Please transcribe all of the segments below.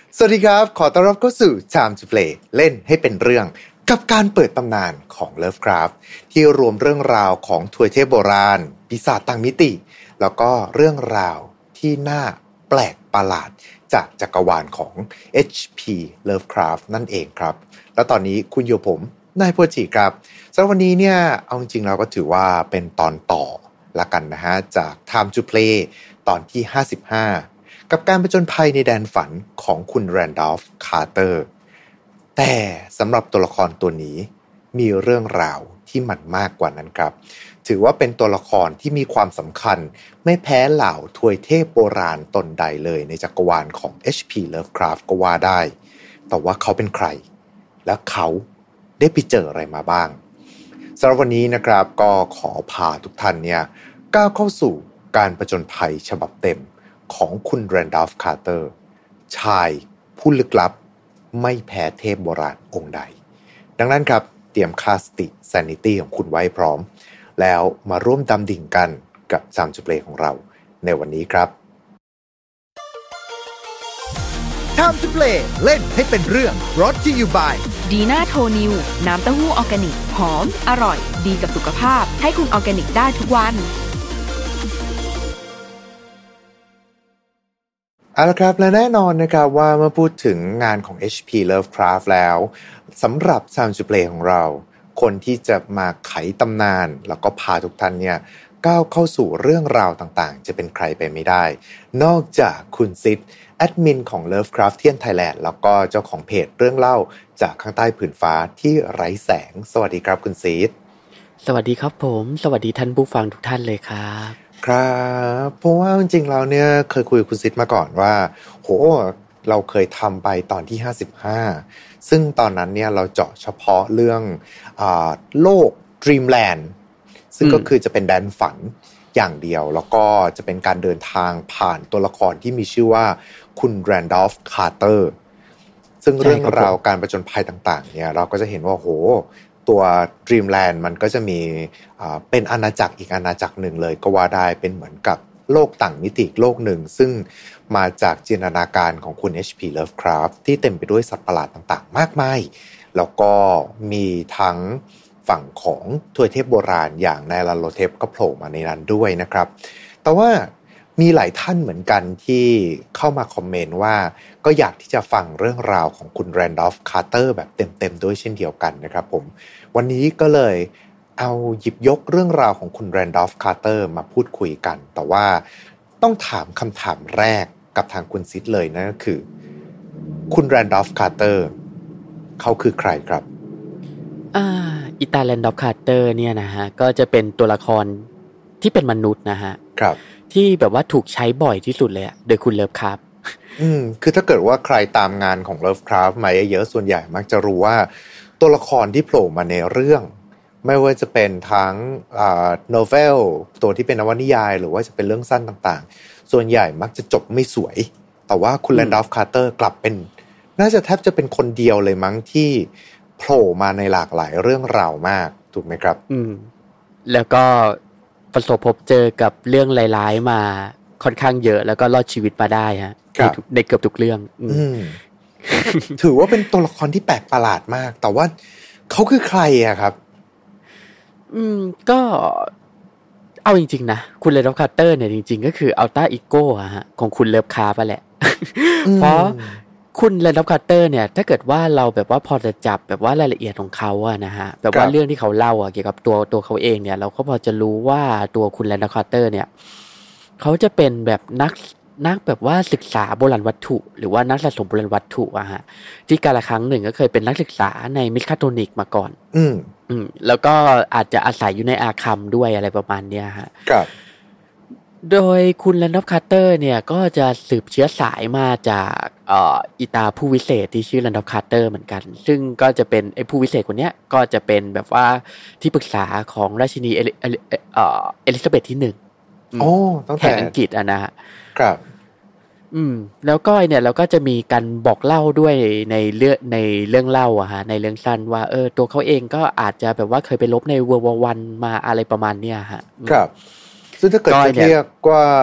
สวัสดีครับขอต้อนรับเข้าสู่ Time to Play เล่นให้เป็นเรื่องกับการเปิดตำนานของ Lovecraft ที่รวมเรื่องราวของทวยเทพโบราณปีศาจต่างมิติแล้วก็เรื่องราวที่น่าแปลกประหลาดจากจักรวาลของ H.P. Lovecraft นั่นเองครับแล้วตอนนี้คุณอยู่ผมนายโพจิครับสำหรับวันนี้เนี่ยเอาจริงๆเราก็ถือว่าเป็นตอนต่อละกันนะฮะจาก Time to Play ตอนที่55กับการผจญภัยในแดนฝันของคุณแรนดอลฟ์คาร์เตอร์แต่สำหรับตัวละครตัวนี้มีเรื่องราวที่มันมากกว่านั้นครับถือว่าเป็นตัวละครที่มีความสำคัญไม่แพ้เหล่าทวยเทพโบราณตนใดเลยในจักรวาลของ H.P. Lovecraft ก็ว่าได้แต่ว่าเขาเป็นใครและเขาได้ไปเจออะไรมาบ้างสำหรับวันนี้นะครับก็ขอพาทุกท่านเนี่ยก้าวเข้าสู่การผจญภัยฉบับเต็มของคุณแรนดอลฟ์คาร์เตอร์ชายผู้ลึกลับไม่แพ้เทพโบราณองค์ใดดังนั้นครับเตรียมค่าสติ sanity ของคุณไว้พร้อมแล้วมาร่วมดำดิ่งกันกับ Time to Play ของเราในวันนี้ครับ Time to Play เล่นให้เป็นเรื่อง brought to you by ดีน่าโทนิวน้ำเต้าหู้ออร์แกนิกหอมอร่อยดีกับสุขภาพให้คุณออร์แกนิกได้ทุกวันเอาละครับและแน่นอนนะครับว่าเมื่อพูดถึงงานของ H.P. Lovecraft แล้วสำหรับ Time to Play ของเราคนที่จะมาไขตำนานแล้วก็พาทุกท่านเนี่ยก้าวเข้าสู่เรื่องราวต่างๆจะเป็นใครไปไม่ได้นอกจากคุณซิดแอดมินของ Lovecraftian Thailand แล้วก็เจ้าของเพจเรื่องเล่าจากข้างใต้ผืนฟ้าที่ไร้แสงสวัสดีครับคุณซิดสวัสดีครับผมสวัสดีท่านผู้ฟังทุกท่านเลยครับครับเพราะว่าจริงๆเราเนี่ยเคยคุยกับคุณซิดมาก่อนว่าโหเราเคยทำไปตอนที่55ซึ่งตอนนั้นเนี่ยเราเจาะเฉพาะเรื่องโลก Dreamland ซึ่งก็คือจะเป็นแดนฝันอย่างเดียวแล้วก็จะเป็นการเดินทางผ่านตัวละครที่มีชื่อว่าคุณแรนดอลฟ์คาร์เตอร์ซึ่งเรื่องราวการผจญภัยต่างๆเนี่ยเราก็จะเห็นว่าโหตัว Dreamland มันก็จะมีเป็นอาณาจักรอีกอาณาจักรหนึ่งเลยก็ว่าได้เป็นเหมือนกับโลกต่างมิติโลกหนึ่งซึ่งมาจากจินตนาการของคุณ H.P. Lovecraft ที่เต็มไปด้วยสัตว์ประหลาดต่างๆมากมายแล้วก็มีทั้งฝั่งของทวยเทพโบราณอย่างไนลาโลเทปก็โผล่มาในนั้นด้วยนะครับแต่ว่ามีหลายท่านเหมือนกันที่เข้ามาคอมเมนต์ว่าก็อยากที่จะฟังเรื่องราวของคุณแรนดอลฟ์คาร์เตอร์แบบเต็มๆด้วยเช่นเดียวกันนะครับผมวันนี้ก็เลยเอาหยิบยกเรื่องราวของคุณแรนดอลฟ์คาร์เตอร์มาพูดคุยกันแต่ว่าต้องถามคำถามแรกกับทางคุณซิดเลยนั่นก็คือคุณแรนดอลฟ์คาร์เตอร์เขาคือใครครับอิตาแรนดอลฟ์คาร์เตอร์เนี่ยนะฮะก็จะเป็นตัวละครที่เป็นมนุษย์นะฮะครับที่แบบว่าถูกใช้บ่อยที่สุดเลยโดยคุณเลิฟคราฟต์คือถ้าเกิดว่าใครตามงานของ Lovecraft มาเยอะๆส่วนใหญ่มักจะรู้ว่าตัวละครที่โผล่มาในเรื่องไม่ว่าจะเป็นทั้งโนเวลตัวที่เป็นนวนิยายหรือว่าจะเป็นเรื่องสั้นต่างๆส่วนใหญ่มักจะจบไม่สวยแต่ว่าคุณแรนดอลฟ์คาร์เตอร์กลับเป็นน่าจะแทบจะเป็นคนเดียวเลยมั้งที่โผล่มาในหลากหลายเรื่องราวมากถูกไหมครับแล้วก็ประสบพบเจอกับเรื่องร้ายๆมาค่อนข้างเยอะแล้วก็รอดชีวิตมาได้ฮะในเกือบทุกเรื่องถือว่าเป็นตัวละครที่แปลกประหลาดมากแต่ว่าเขาคือใครอะครับก็เอาจริงๆนะคุณเลดอฟคาร์เตอร์เนี่ยจริงๆก็คืออัลต้าอีโก้ฮะของคุณเลิฟคาร์ไปแหละเพราะคุณแรนดอลฟ์คาร์เตอร์เนี่ยถ้าเกิดว่าเราแบบว่าพอจะจับแบบว่ารายละเอียดของเขาอะนะฮะแบบว่าเรื่องที่เขาเล่าอะเกี่ยวกับตัวเขาเองเนี่ยเราก็พอจะรู้ว่าตัวคุณแรนดอลฟ์คาร์เตอร์เนี่ยเขาจะเป็นแบบนักแบบว่าศึกษาโบราณวัตถุหรือว่านักสะสมโบราณวัตถุอะฮะที่กาลครั้งหนึ่งก็เคยเป็นนักศึกษาในมิคาโทนิกมาก่อนแล้วก็อาจจะอาศัยอยู่ในอาคัมด้วยอะไรประมาณเนี้ยฮะโดยคุณแรนดอลฟ์คาร์เตอร์เนี่ยก็จะสืบเชื้อสายมาจากอิตาผู้วิเศษที่ชื่อแรนดอลฟ์คาร์เตอร์เหมือนกันซึ่งก็จะเป็นไอ้ผู้วิเศษคนเนี้ยก็จะเป็นแบบว่าที่ปรึกษาของราชินีเอลิซาเบธที่1 ตั้งแต่แห่งอังกฤษนะฮะครับแล้วก็เนี่ยเราก็จะมีการบอกเล่าด้วยในเรื่องเล่าอะฮะในเรื่องสั้นว่าตัวเขาเองก็อาจจะแบบว่าเคยไปรบในWorld War 1มาอะไรประมาณเนี้ยฮะครับซึ่งถ้าเกิดจะเรียกว่าเ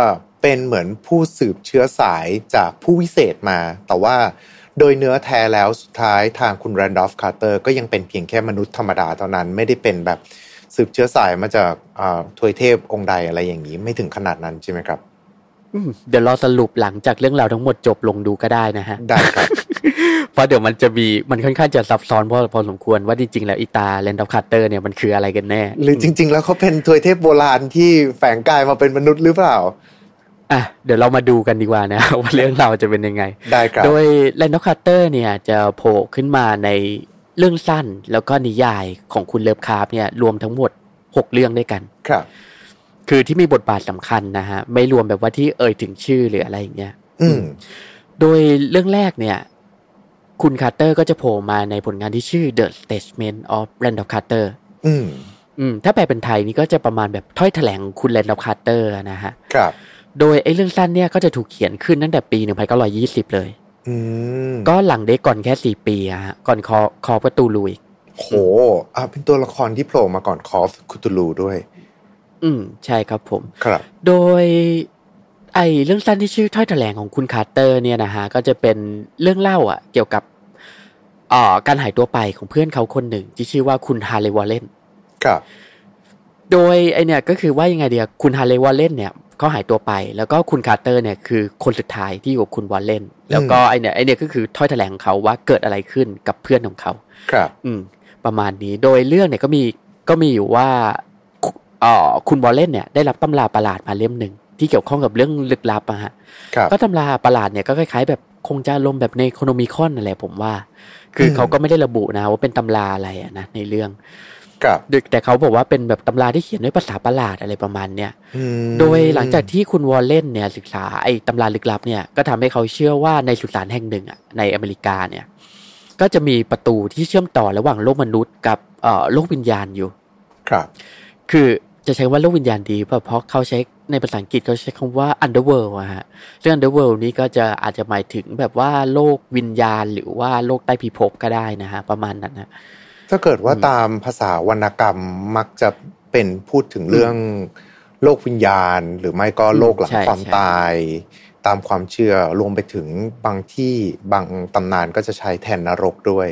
เป็นเหมือนผู้สืบเชื้อสายจากผู้วิเศษมาแต่ว่าโดยเนื้อแท้แล้วสุดท้ายทางคุณแรนดอลฟ์คาร์เตอร์ก็ยังเป็นเพียงแค่มนุษย์ธรรมดาเท่านั้นไม่ได้เป็นแบบสืบเชื้อสายมาจากทวยเทพองค์ใดอะไรอย่างนี้ไม่ถึงขนาดนั้นใช่ไหมครับเดี๋ยวรอสรุปหลังจากเรื่องราวทั้งหมดจบลงดูก็ได้นะฮะได้ครับเพราะเดี๋ยวมันค่อนข้างจะซับซ้อนพอสมควรว่าจริงๆแล้วอีตาแรนดอลฟ์คาร์เตอร์เนี่ยมันคืออะไรกันแน่หรือจริงๆแล้วเขาเป็นทวยเทพโบราณที่แฝงกายมาเป็นมนุษย์หรือเปล่าเดี๋ยวเรามาดูกันดีกว่านะว่าเรื่องราวจะเป็นยังไงได้ครับโดยแรนดอลฟ์คาร์เตอร์เนี่ยจะโผล่ขึ้นมาในเรื่องสั้นแล้วก็นิยายของคุณเลิฟคราฟต์เนี่ยรวมทั้งหมด6เรื่องด้วยกันครับคือที่มีบทบาทสำคัญนะฮะไม่รวมแบบว่าที่เอ่ยถึงชื่อหรืออะไรอย่างเงี้ยโดยเรื่องแรกเนี่ยคุณคาร์เตอร์ก็จะโผล่มาในผลงานที่ชื่อ The Statement of Randolph Carter ถ้าแปลเป็นไทยนี่ก็จะประมาณแบบถ้อยแถลงคุณแรนดอลฟ์คาร์เตอร์นะฮะครับโดยไอ้เรื่องสั้นเนี่ยก็จะถูกเขียนขึ้นตั้งแต่ปี1920เลยก็หลังได้ก่อนแค่4ปีฮะก่อนคอประตูลูอีกโหเป็นตัวละครที่โผล่มาก่อนคอฟคูตูลูด้วยใช่ครับผมครับโดยไอ้เรื่องสั้นที่ชื่อถ้อยแถลงของคุณคาร์เตอร์เนี่ยนะฮะก็จะเป็นเรื่องเล่าเกี่ยวกับการหายตัวไปของเพื่อนเขาคนหนึ่งที่ชื่อว่าคุณฮาร์เลย์วอลเลนครับโดยไอเนี่ยก็คือว่ายังไงเดียคุณฮาร์เลย์วอลเลนเนี่ยเขาหายตัวไปแล้วก็คุณคาร์เตอร์เนี่ยคือคนสุดท้ายที่อยู่กับคุณวอลเลนแล้วก็ไอเนี่ยก็คือถ้อยแถลงของเขาว่าเกิดอะไรขึ้นกับเพื่อนของเขาครับประมาณนี้โดยเรื่องเนี่ยก็มีอยู่ว่าคุณวอลเลนเนี่ยได้รับตำราประหลาดมาเล่มหนึ่งที่เกี่ยวข้องกับเรื่องลึกลับอะฮะก็ตำราประหลาดเนี่ยก็คล้ายๆแบบคงจะลมแบบในโคโนมิคอนอะไรผมว่าคือเขาก็ไม่ได้ระบุนะว่าเป็นตำราอะไรนะในเรื่องแต่เขาบอกว่าเป็นแบบตำราที่เขียนด้วยภาษาประหลาดอะไรประมาณเนี้ยโดยหลังจากที่คุณวอลเลนเนี่ยศึกษาไอ้ตำราลึกลับเนี่ยก็ทำให้เขาเชื่อว่าในสุสานแห่งหนึ่งในอเมริกาเนี่ยก็จะมีประตูที่เชื่อมต่อระหว่างโลกมนุษย์กับโลกวิญญาณอยู่ครับคือจะใช้ว่าโลกวิญญาณดีเพราะเขาใช้ในภาษาอังกฤษเขาใช้คำว่า underworld ฮะซึ่ง underworld นี้ก็จะอาจจะหมายถึงแบบว่าโลกวิญญาณหรือว่าโลกใต้พิภพก็ได้นะฮะประมาณนั้นนะถ้าเกิดว่าตามภาษาวรรณกรรมมักจะเป็นพูดถึงเรื่องโลกวิญญาณหรือไม่ก็โลกหลังความตายตามความเชื่อรวมไปถึงบางที่บางตำนานก็จะใช้แทนนรกด้วย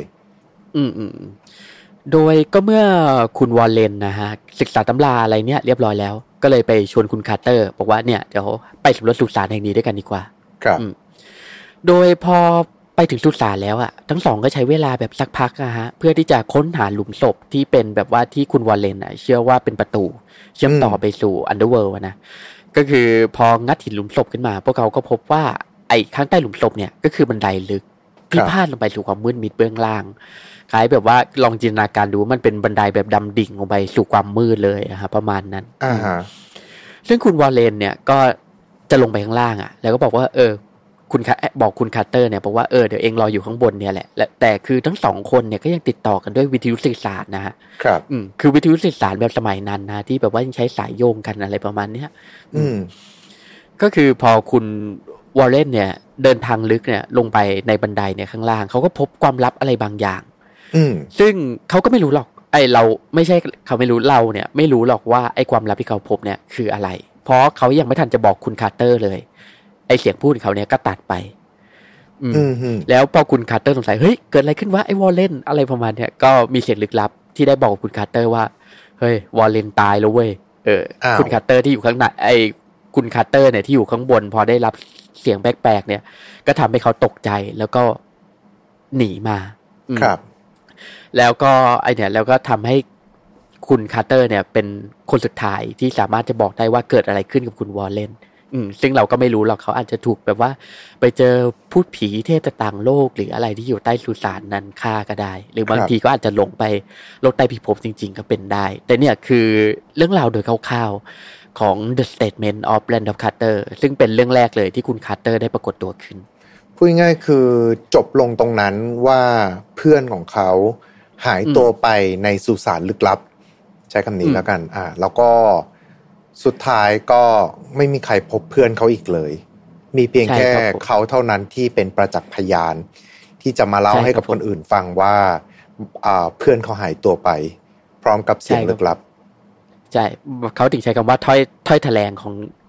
โดยก็เมื่อคุณวอลเลนนะฮะศึกษาตำราอะไรเนี่ยเรียบร้อยแล้วก็เลยไปชวนคุณคาร์เตอร์บอกว่าเนี่ยเดี๋ยวไปสำรวจสุสานแห่งนี้ด้วยกันดีกว่าครับโดยพอไปถึงสุสานแล้วทั้งสองก็ใช้เวลาแบบสักพักฮะเพื่อที่จะค้นหาหลุมศพที่เป็นแบบว่าที่คุณวอลเลนเชื่อว่าเป็นประตูเชื่อมต่อไปสู่อันเดอร์เวิลด์นะก็คือพองัดหินหลุมศพขึ้นมาพวกเขาก็พบว่าไอ้ข้างใต้หลุมศพเนี่ยก็คือบันไดลึกที่พาดลงไปสู่ความมืดมิดเบื้องล่างคล้ายแบบว่าลองจินตนาการดูมันเป็นบันไดแบบดำดิ่งลงไปสู่ความมืดเลยครับประมาณนั้นซึ่งคุณวอลเลนเนี่ยก็จะลงไปข้างล่างแล้วก็บอกว่าคุณคาร์เตอร์เนี่ยบอกว่าเดี๋ยวเองรออยู่ข้างบนเนี่ยแหละแต่คือทั้งสองคนเนี่ยก็ยังติดต่อกันด้วยวิทยุสื่อสารนะฮะครับคือวิทยุสื่อสารแบบสมัยนั้นนะที่แบบว่ายังใช้สายโยงกันอะไรประมาณเนี้ยก็คือพอคุณวอลเลนเนี่ยเดินทางลึกเนี่ยลงไปในบันไดเนี่ยข้างล่างเขาก็พบความลับอะไรบางอย่างซึ่งเขาก็ไม่รู้หรอกเราไม่ใช่เขาไม่รู้เราเนี่ยไม่รู้หรอกว่าไอ้ความลับที่เขาพบเนี่ยคืออะไรเพราะเขายังไม่ทันจะบอกคุณคาร์เตอร์เลยไอ้เสียงพูดของเขาเนี่ยก็ตัดไปแล้วพอคุณคาร์เตอร์สงสัยเฮ้ยเกิดอะไรขึ้นวะไอ้วอลเลนอะไรประมาณเนี้ยก็มีเสียงลึกลับที่ได้บอกคุณคาร์เตอร์ว่าเฮ้ยวอลเลนตายแล้วเว้ยคุณคาร์เตอร์ที่อยู่ข้างในคุณคาร์เตอร์เนี่ยที่อยู่ข้างบนพอได้รับเสียงแปลกๆเนี่ยก็ทำให้เขาตกใจแล้วก็หนีมาครับแล้วก็แล้วก็ทำให้คุณคาร์เตอร์เนี่ยเป็นคนสุดท้ายที่สามารถจะบอกได้ว่าเกิดอะไรขึ้นกับคุณวอลเลนซึ่งเราก็ไม่รู้หรอกเขาอาจจะถูกแบบว่าไปเจอพูดผีเทพต่างโลกหรืออะไรที่อยู่ใต้สุสานนั้นฆ่าก็ได้หรือบางทีก็อาจจะลงไปโลกใต้พิภพจริงๆก็เป็นได้แต่เนี่ยคือเรื่องราวโดยคร่าวๆของ The Statement of Randolph Carter ซึ่งเป็นเรื่องแรกเลยที่คุณคาร์เตอร์ได้ปรากฏตัวขึ้นพูดง่ายๆคือจบลงตรงนั้นว่าเพื่อนของเขาหายตัวไปในสุสานลึกลับใช้คำนี้แล้วกันแล้วก็สุดท้ายก็ไม่มีใครพบเพื่อนเขาอีกเลยมีเพียงแค่เขาเท่านั้นที่เป็นประจักษ์พยานที่จะมาเล่าให้กับคนอื่นฟังว่าเพื่อนเขาหายตัวไปพร้อมกับเสียงลึกลับใช่เขาถึงใช้คำว่าถ้อยแถลงของ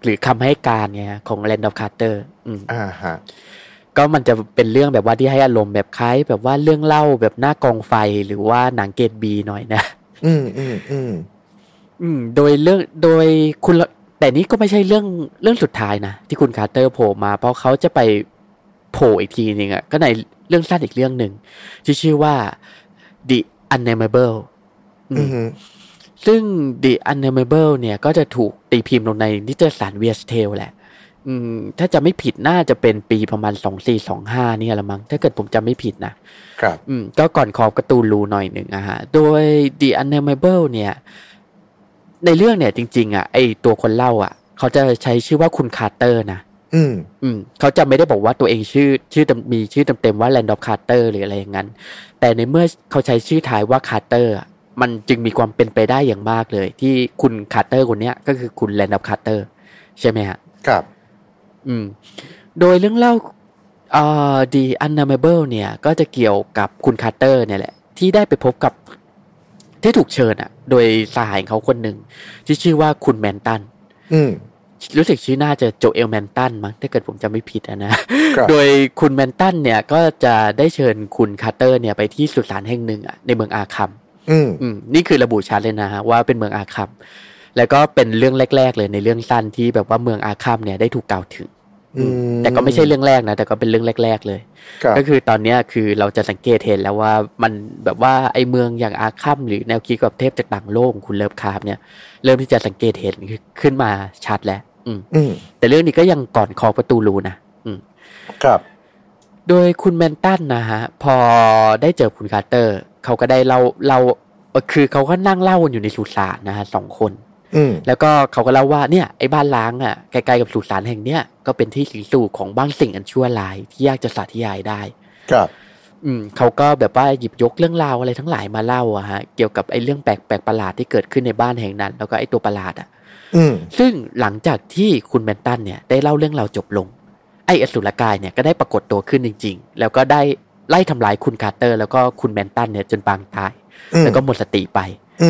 หรือคำให้การเนี่ยของ Land of Carter ฮะก็มันจะเป็นเรื่องแบบว่าที่ให้อารมณ์แบบคล้ายแบบว่าเรื่องเล่าแบบหน้ากองไฟหรือว่าหนังเกรดบีหน่อยนะโดยคุณแต่นี้ก็ไม่ใช่เรื่องสุดท้ายนะที่คุณคาร์เตอร์โผล่มาเพราะเขาจะไปโผล่อีกทีนึงอ่ะก็ในเรื่องสั้นอีกเรื่องหนึ่งที่ชื่อว่า The Unnameable ซึ่ง The Unnameable เนี่ยก็จะถูกตีพิมพ์ลงในนิตยสาร Weird Tales แหละถ้าจะไม่ผิดน่าจะเป็นปีประมาณ2425นี่ละมั้งถ้าเกิดผมจำไม่ผิดนะครับก็ก่อนขอบการ์ตูนรูหน่อยหนึ่งอะฮะโดย The Unnameable เนี่ยในเรื่องเนี่ยจริงๆอ่ะไอตัวคนเล่าอ่ะเขาจะใช้ชื่อว่าคุณคาร์เตอร์นะเขาจะไม่ได้บอกว่าตัวเองมีชื่อเต็มๆว่า Land of Carter หรืออะไรอย่างนั้นแต่ในเมื่อเขาใช้ชื่อท้ายว่าคาร์เตอร์มันจึงมีความเป็นไปได้อย่างมากเลยที่คุณคาร์เตอร์คนเนี้ยก็คือคุณ Land of Carter ใช่ไหมฮะครับโดยเรื่องเล่าThe Unnameable เนี่ยก็จะเกี่ยวกับคุณคาร์เตอร์เนี่ยแหละที่ได้ไปพบกับที่ถูกเชิญโดยสหายเขาคนหนึ่งที่ชื่อว่าคุณแมนตันรู้สึกชื่อน่าจะโจเอลแมนตันมั้งถ้าเกิดผมจำไม่ผิดนะโดยคุณแมนตันเนี่ยก็จะได้เชิญคุณคาร์เตอร์เนี่ยไปที่สุสานแห่งหนึ่งในเมืองอาคัมนี่คือระบุชัดเลยนะฮะว่าเป็นเมืองอาคัมแล้วก็เป็นเรื่องแรกๆเลยในเรื่องสั้นที่แบบว่าเมืองอาคัมเนี่ยได้ถูกกล่าวถึงแต่ก็ไม่ใช่เรื่องแรกนะแต่ก็เป็นเรื่องแรกๆเลยก็คือตอนนี้คือเราจะสังเกตเห็นแล้วว่ามันแบบว่าไอเมืองอย่างอาคัมหรือแนวคิดกับเทพจากต่างโลกคุณเลิฟคราฟเนี่ยเริ่มที่จะสังเกตเห็นขึ้นมาชัดแล้วแต่เรื่องนี้ก็ยังก่อนขอประตูรูนะครับโดยคุณแมนตันนะฮะพอได้เจอคุณคาร์เตอร์เขาก็ได้เราคือเขาก็นั่งเล่าอยู่ในสุสานนะฮะ2 คนแล้วก็เขาก็เล่าว่าเนี่ยไอ้บ้านล้างใกล้ๆกับสุสานแห่งเนี้ยก็เป็นที่สิงสู่ของบางสิ่งอันชั่วร้ายที่ยากจะสาธยายได้ครับเขาก็แบบว่าหยิบยกเรื่องราวอะไรทั้งหลายมาเล่าฮะเกี่ยวกับไอ้เรื่องแปลกประหลาดที่เกิดขึ้นในบ้านแห่งนั้นแล้วก็ไอ้ตัวประหลาดซึ่งหลังจากที่คุณแมนตันเนี่ยได้เล่าเรื่องราวจบลงไอ้อสุรกายเนี่ยก็ได้ปรากฏตัวขึ้นจริงๆแล้วก็ได้ไล่ทำลายคุณคาร์เตอร์แล้วก็คุณแมนตันเนี่ยจนปางตายแล้วก็หมดสติไป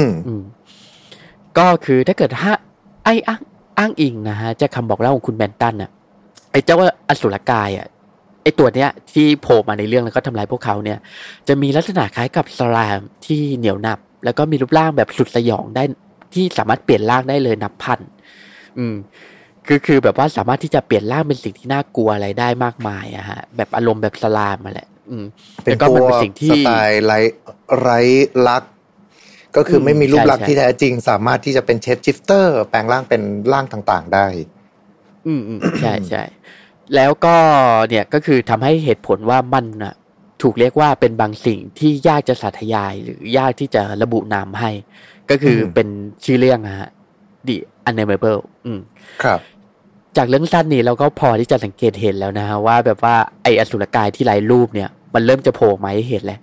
ก็คือถ้าเกิดไอ้อ้างอิงนะฮะจากคำบอกเล่าของคุณแมนตันไอ้เจ้าว่าอสุรกายไอ้ตัวเนี้ยที่โผล่มาในเรื่องแล้วก็ทำลายพวกเขาเนี่ยจะมีลักษณะคล้ายกับสลามที่เหนียวหนับแล้วก็มีรูปร่างแบบสุดสยองได้ที่สามารถเปลี่ยนร่างได้เลยนับพันคือแบบว่าสามารถที่จะเปลี่ยนร่างเป็นสิ่งที่น่ากลัวอะไรได้มากมายฮะแบบอารมณ์แบบสลามมาแหละเป็นพวกสไตล์ไร้ลักษณ์ก็คือไม่มีรูปลักษณ์ที่แท้จริงสามารถที่จะเป็นเชฟชิฟเตอร์แปลงร่างเป็นร่างต่างๆได้ใช่แล้วก็เนี่ยก็คือทำให้เหตุผลว่ามันถูกเรียกว่าเป็นบางสิ่งที่ยากจะสาธยายหรือยากที่จะระบุนามให้ก็คือเป็นชื่อเรื่องThe Unnameable ครับจากเรื่องสั้นนี้เราก็พอที่จะสังเกตเห็นแล้วนะฮะว่าแบบว่าไออสุรกายที่ไร้รูปเนี่ยมันเริ่มจะโผล่มาให้เห็นแล้ว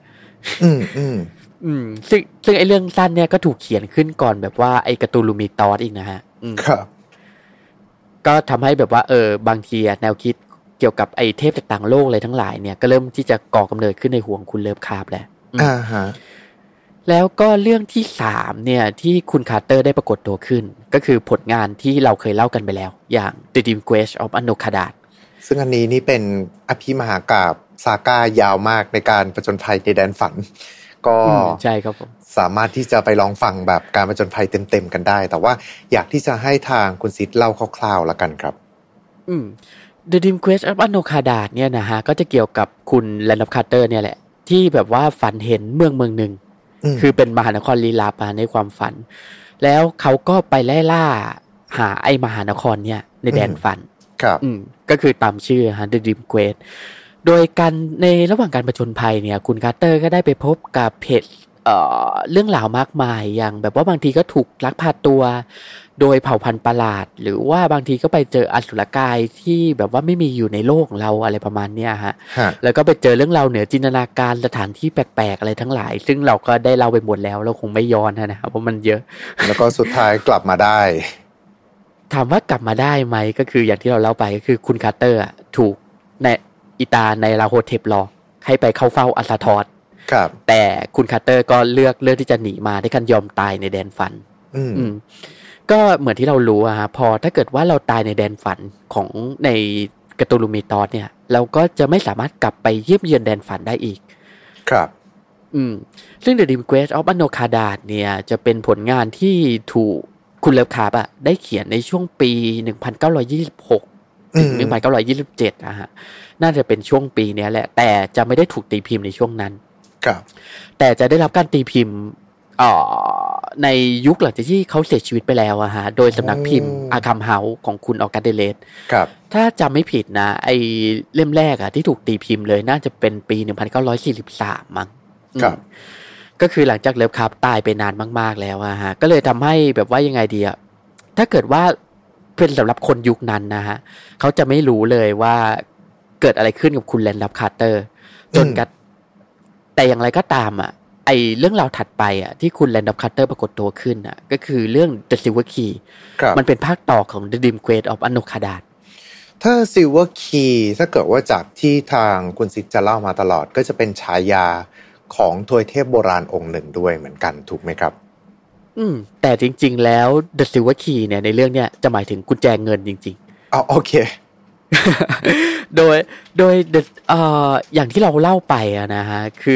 ซึ่งไอเรื่องสั้นเนี่ยก็ถูกเขียนขึ้นก่อนแบบว่าไอการ์ตูนลูมิตอสอีกนะฮะครับก็ทำให้แบบว่าบางทีแนวคิดเกี่ยวกับไอเทพจากต่างโลกอะไรทั้งหลายเนี่ยก็เริ่มที่จะก่อกำเนิดขึ้นในหัวของคุณเลิฟคราฟแล้วแล้วก็เรื่องที่3เนี่ยที่คุณคาร์เตอร์ได้ปรากฏตัวขึ้นก็คือผลงานที่เราเคยเล่ากันไปแล้วอย่าง The Dream Quest of Anokhadat ซึ่งอันนี้นี่เป็นอภิมหากาพย์ซาก้ายาวมากในการผจญภัยในแดนฝันก็ใช่ครับผมสามารถที่จะไปลองฟังแบบการผจญภัยเต็มๆกันได้แต่ว่าอยากที่จะให้ทางคุณซิดเล่าคร่าวๆแล้วกันครับ The Dream Quest of Anokhadat เนี่ยนะฮะก็จะเกี่ยวกับคุณ Land of Carter เนี่ยแหละที่แบบว่าฝันเห็นเมืองหนึ่งคือเป็นมหานครลี้ลับในความฝันแล้วเขาก็ไปไล่ล่าหาไอ้มหานครเนี่ยในแดนฝันครับก็คือตามชื่อThe Dream Quest โดยการในระหว่างการผจญภัยเนี่ยคุณคาร์เตอร์ก็ได้ไปพบกับเรื่องราวมากมายอย่างแบบว่าบางทีก็ถูกลักพาตัวโดยเผ่าพันธุ์ประหลาดหรือว่าบางทีก็ไปเจออสุรกายที่แบบว่าไม่มีอยู่ในโลกของเราอะไรประมาณเนี้ยฮะแล้วก็ไปเจอเรื่องราวเหนือจินตนาการสถานที่แปลกๆอะไรทั้งหลายซึ่งเราก็ได้เล่าไปหมดแล้วเราคงไม่ย้อนนะครับเพราะมันเยอะแล้วก็สุดท้ายกลับมาได้ถามว่ากลับมาได้ไหมก็คืออย่างที่เราเล่าไปก็คือคุณคาร์เตอร์ถูกในอิตาในลาโฮเทปรอให้ไปเข้าเฝ้าอัสซาทอสแต่คุณคาร์เตอร์ก็เลือกที่จะหนีมาด้วยการยอมตายในแดนฝันก็เหมือนที่เรารู้อะฮะพอถ้าเกิดว่าเราตายในแดนฝันของในการ์ตูนลูมิตอสเนี่ยเราก็จะไม่สามารถกลับไปเยี่ยมเยือนแดนฝันได้อีกครับซึ่ง The Dream Quest of Anokadad เนี่ยจะเป็นผลงานที่ถูกคุณเลิฟคาร์บอะได้เขียนในช่วงปี 1926 ถึง 1927นะฮะน่าจะเป็นช่วงปีนี้แหละแต่จะไม่ได้ถูกตีพิมพ์ในช่วงนั้นครับแต่จะได้รับการตีพิมพ์ในยุคหลังจากที่เขาเสียชีวิตไปแล้วอะฮะโดยสำนักพิมพ์อาคัมเฮาส์ของคุณออกัสเดเลสครับถ้าจำไม่ผิดนะไอเล่มแรกอะที่ถูกตีพิมพ์เลยน่าจะเป็นปี 1943 มั้งครับก็คือหลังจากเลิฟคาร์บตายไปนานมากๆแล้วอะฮะก็เลยทำให้แบบว่ายังไงดีอะถ้าเกิดว่าเป็นสำหรับคนยุคนั้นนะฮะเขาจะไม่รู้เลยว่าเกิดอะไรขึ้นกับคุณแลนดับคาร์เตอร์จนกันแต่อย่างไรก็ตามอะไอเรื่องราวถัดไปอ่ะที่คุณแลนดับคาร์เตอร์ปรากฏตัวขึ้นอ่ะก็คือเรื่อง The Silver Key มันเป็นภาคต่อของ The Dream Quest of Anokadad ถ้า Silver Key ถ้าเกิดว่าจากที่ทางคุณซิกจะเล่ามาตลอดก็จะเป็นฉายาของทวยเทพโบราณองค์หนึ่งด้วยเหมือนกันถูกไหมครับแต่จริงๆแล้ว The Silver Key เนี่ยในเรื่องเนี้ยจะหมายถึงกุญแจเงินจริงๆโอเคโดยอย่างที่เราเล่าไปอะนะฮะคือ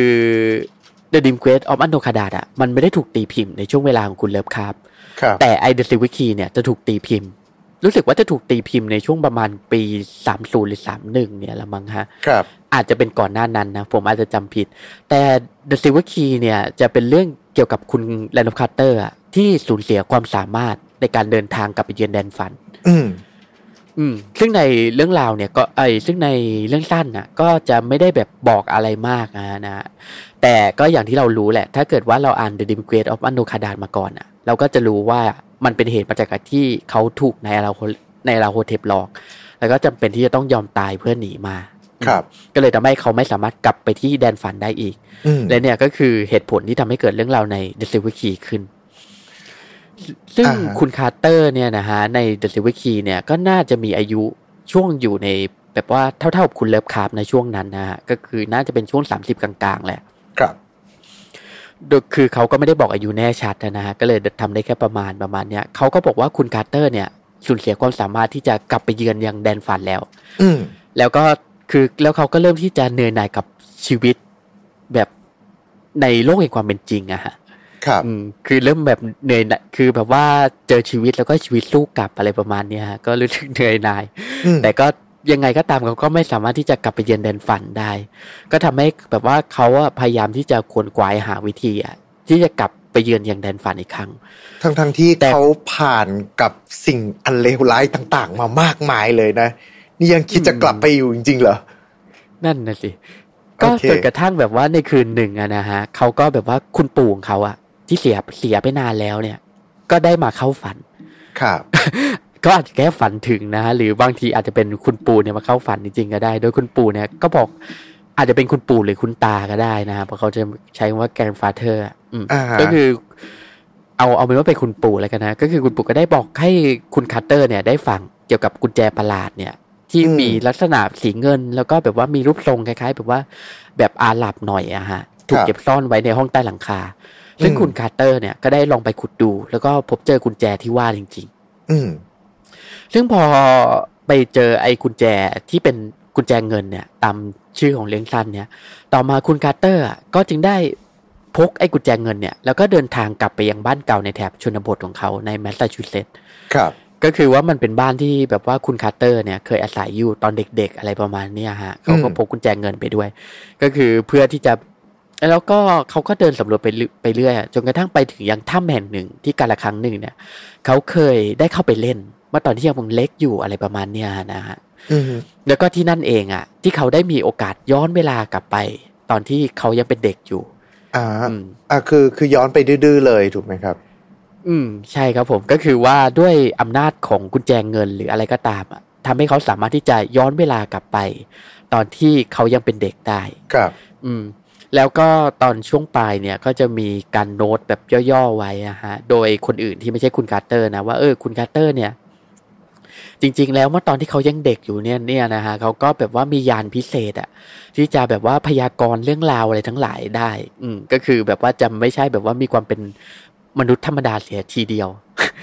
The Dream Quest of Anokadad อ่ะมันไม่ได้ถูกตีพิมพ์ในช่วงเวลาของคุณเลิฟคาร์บแต่ไอ The Silver Key เนี่ยจะถูกตีพิมพ์รู้สึกว่าจะถูกตีพิมพ์ในช่วงประมาณปี30หรือ31เนี่ยละมั้งฮะอาจจะเป็นก่อนหน้านั้นนะผมอาจจะจำผิดแต่ The Silver Key เนี่ยจะเป็นเรื่องเกี่ยวกับคุณแลนด์คาร์เตอร์อ่ะที่สูญเสียความสามารถในการเดินทางกลับไปเยือนแดนฝันซึ่งในเรื่องราวเนี่ยก็ซึ่งในเรื่องสั้นน่ะก็จะไม่ได้แบบบอกอะไรมากนะแต่ก็อย่างที่เรารู้แหละถ้าเกิดว่าเราอ่าน The Dream Quest of Anokadad มาก่อนน่ะเราก็จะรู้ว่ามันเป็นเหตุมาจากการที่เขาถูกในราโฮเทปหลอกแล้วก็จำเป็นที่จะต้องยอมตายเพื่อหนีมาครับก็เลยทำให้เขาไม่สามารถกลับไปที่แดนฝันได้อีกและเนี่ยก็คือเหตุผลที่ทำให้เกิดเรื่องราวใน The Silver Key ขึ้นซึ่งคุณคาร์เตอร์เนี่ยนะฮะใน The Silver Key เนี่ยก็น่าจะมีอายุช่วงอยู่ในแบบว่าเท่าๆกับคุณเลิฟคาร์บในช่วงนั้นนะฮะก็คือน่าจะเป็นช่วง30กลางๆแหละครับโดยคือเขาก็ไม่ได้บอกอายุแน่ชัดนะฮะก็เลยทำได้แค่ประมาณเนี้ยเขาก็บอกว่าคุณคาร์เตอร์เนี่ยสูญเสียความสามารถที่จะกลับไปเยือนยังแดนฝันแล้วแล้วก็คือแล้วเขาก็เริ่มที่จะเหนื่อยหน่ายกับชีวิตแบบในโลกแห่งความเป็นจริงอะฮะครับคือเริ่มแบบเหนื่อยคือแบบว่าเจอชีวิตแล้วก็ชีวิตสู้กลับอะไรประมาณนี้ฮะก็รู้สึกเหนื่อยหน่ายแต่ก็ยังไงก็ตามเขาก็ไม่สามารถที่จะกลับไปเยือนแดนฝันได้ก็ทำให้แบบว่าเขาพยายามที่จะขวนขวายหาวิธีที่จะกลับไปเยือนยังแดนฝันอีกครั้งทั้งที่เขาผ่านกับสิ่งอันเลวร้ายต่างๆมามากมายเลยนะนี่ยังคิดจะกลับไปอยู่จริงๆเหรอนั่นนะสิก็จนกระทั่งแบบว่าในคืนหนึ่งนะฮะเขาก็แบบว่าคุณปู่ของเขาที่เสียไปนานแล้วเนี่ยก็ได้มาเข้าฝันครับก็อาจจะแค่ฝันถึงนะฮะหรือบางทีอาจจะเป็นคุณปู่เนี่ยมาเข้าฝันจริงๆก็ได้โดยคุณปู่เนี่ยก็บอกอาจจะเป็นคุณปู่หรือคุณตาก็ได้นะฮะเพราะเขาจะใช้คำว่า grandfather ก็คือเอาเป็นว่าเป็นคุณปู่แล้วกันนะก็คือคุณปู่ก็ได้บอกให้คุณคาร์เตอร์เนี่ยได้ฟังเกี่ยวกับกุญแจประหลาดเนี่ยที่มีลักษณะสีเงินแล้วก็แบบว่ามีรูปทรงคล้ายๆแบบว่าแบบอาหรับหน่อยฮะถูกเก็บซ่อนไว้ในห้องใต้หลังคาซึ่งคุณคาร์เตอร์เนี่ยก็ได้ลองไปขุดดูแล้วก็พบเจอกุญแจที่ว่าจริงๆซึ่งพอไปเจอไอ้กุญแจที่เป็นกุญแจเงินเนี่ยตามชื่อของเลี้ยงสั้นเนี่ยต่อมาคุณคาร์เตอร์ก็จึงได้พกไอ้กุญแจเงินเนี่ยแล้วก็เดินทางกลับไปยังบ้านเก่าในแถบชนบทของเขาในแมสซาชูเซตส์ครับก็คือว่ามันเป็นบ้านที่แบบว่าคุณคาร์เตอร์เนี่ยเคยอาศัยอยู่ตอนเด็กๆอะไรประมาณนี้ฮะเขาก็พกกุญแจเงินไปด้วยก็คือเพื่อที่จะแล้วก็เขาก็เดินสำรวจไปเรื่อยจนกระทั่งไปถึงยังถ้ำแห่งหนึ่งที่กาลครั้งหนึ่งเนี่ยเขาเคยได้เข้าไปเล่นเมื่อตอนที่ยังเล็กอยู่อะไรประมาณเนี้ยนะฮะแล้วก็ที่นั่นเองที่เขาได้มีโอกาสย้อนเวลากลับไปตอนที่เขายังเป็นเด็กอยู่คือย้อนไปดื้อๆเลยถูกไหมครับใช่ครับผมก็คือว่าด้วยอำนาจของกุญแจเงินหรืออะไรก็ตามทำให้เขาสามารถที่จะย้อนเวลากลับไปตอนที่เขายังเป็นเด็กได้ครับแล้วก็ตอนช่วงปลายเนี่ยก็จะมีการโน้ตแบบย่อๆไว้ฮะโดยคนอื่นที่ไม่ใช่คุณคาร์เตอร์นะว่าคุณคาร์เตอร์เนี่ยจริงๆแล้วเมื่อตอนที่เขายังเด็กอยู่เนี่ยนะฮะเขาก็แบบว่ามียานพิเศษที่จะแบบว่าพยากรณ์เรื่องราวอะไรทั้งหลายได้ก็คือแบบว่าจะไม่ใช่แบบว่ามีความเป็นมนุษย์ธรรมดาเสียทีเดียว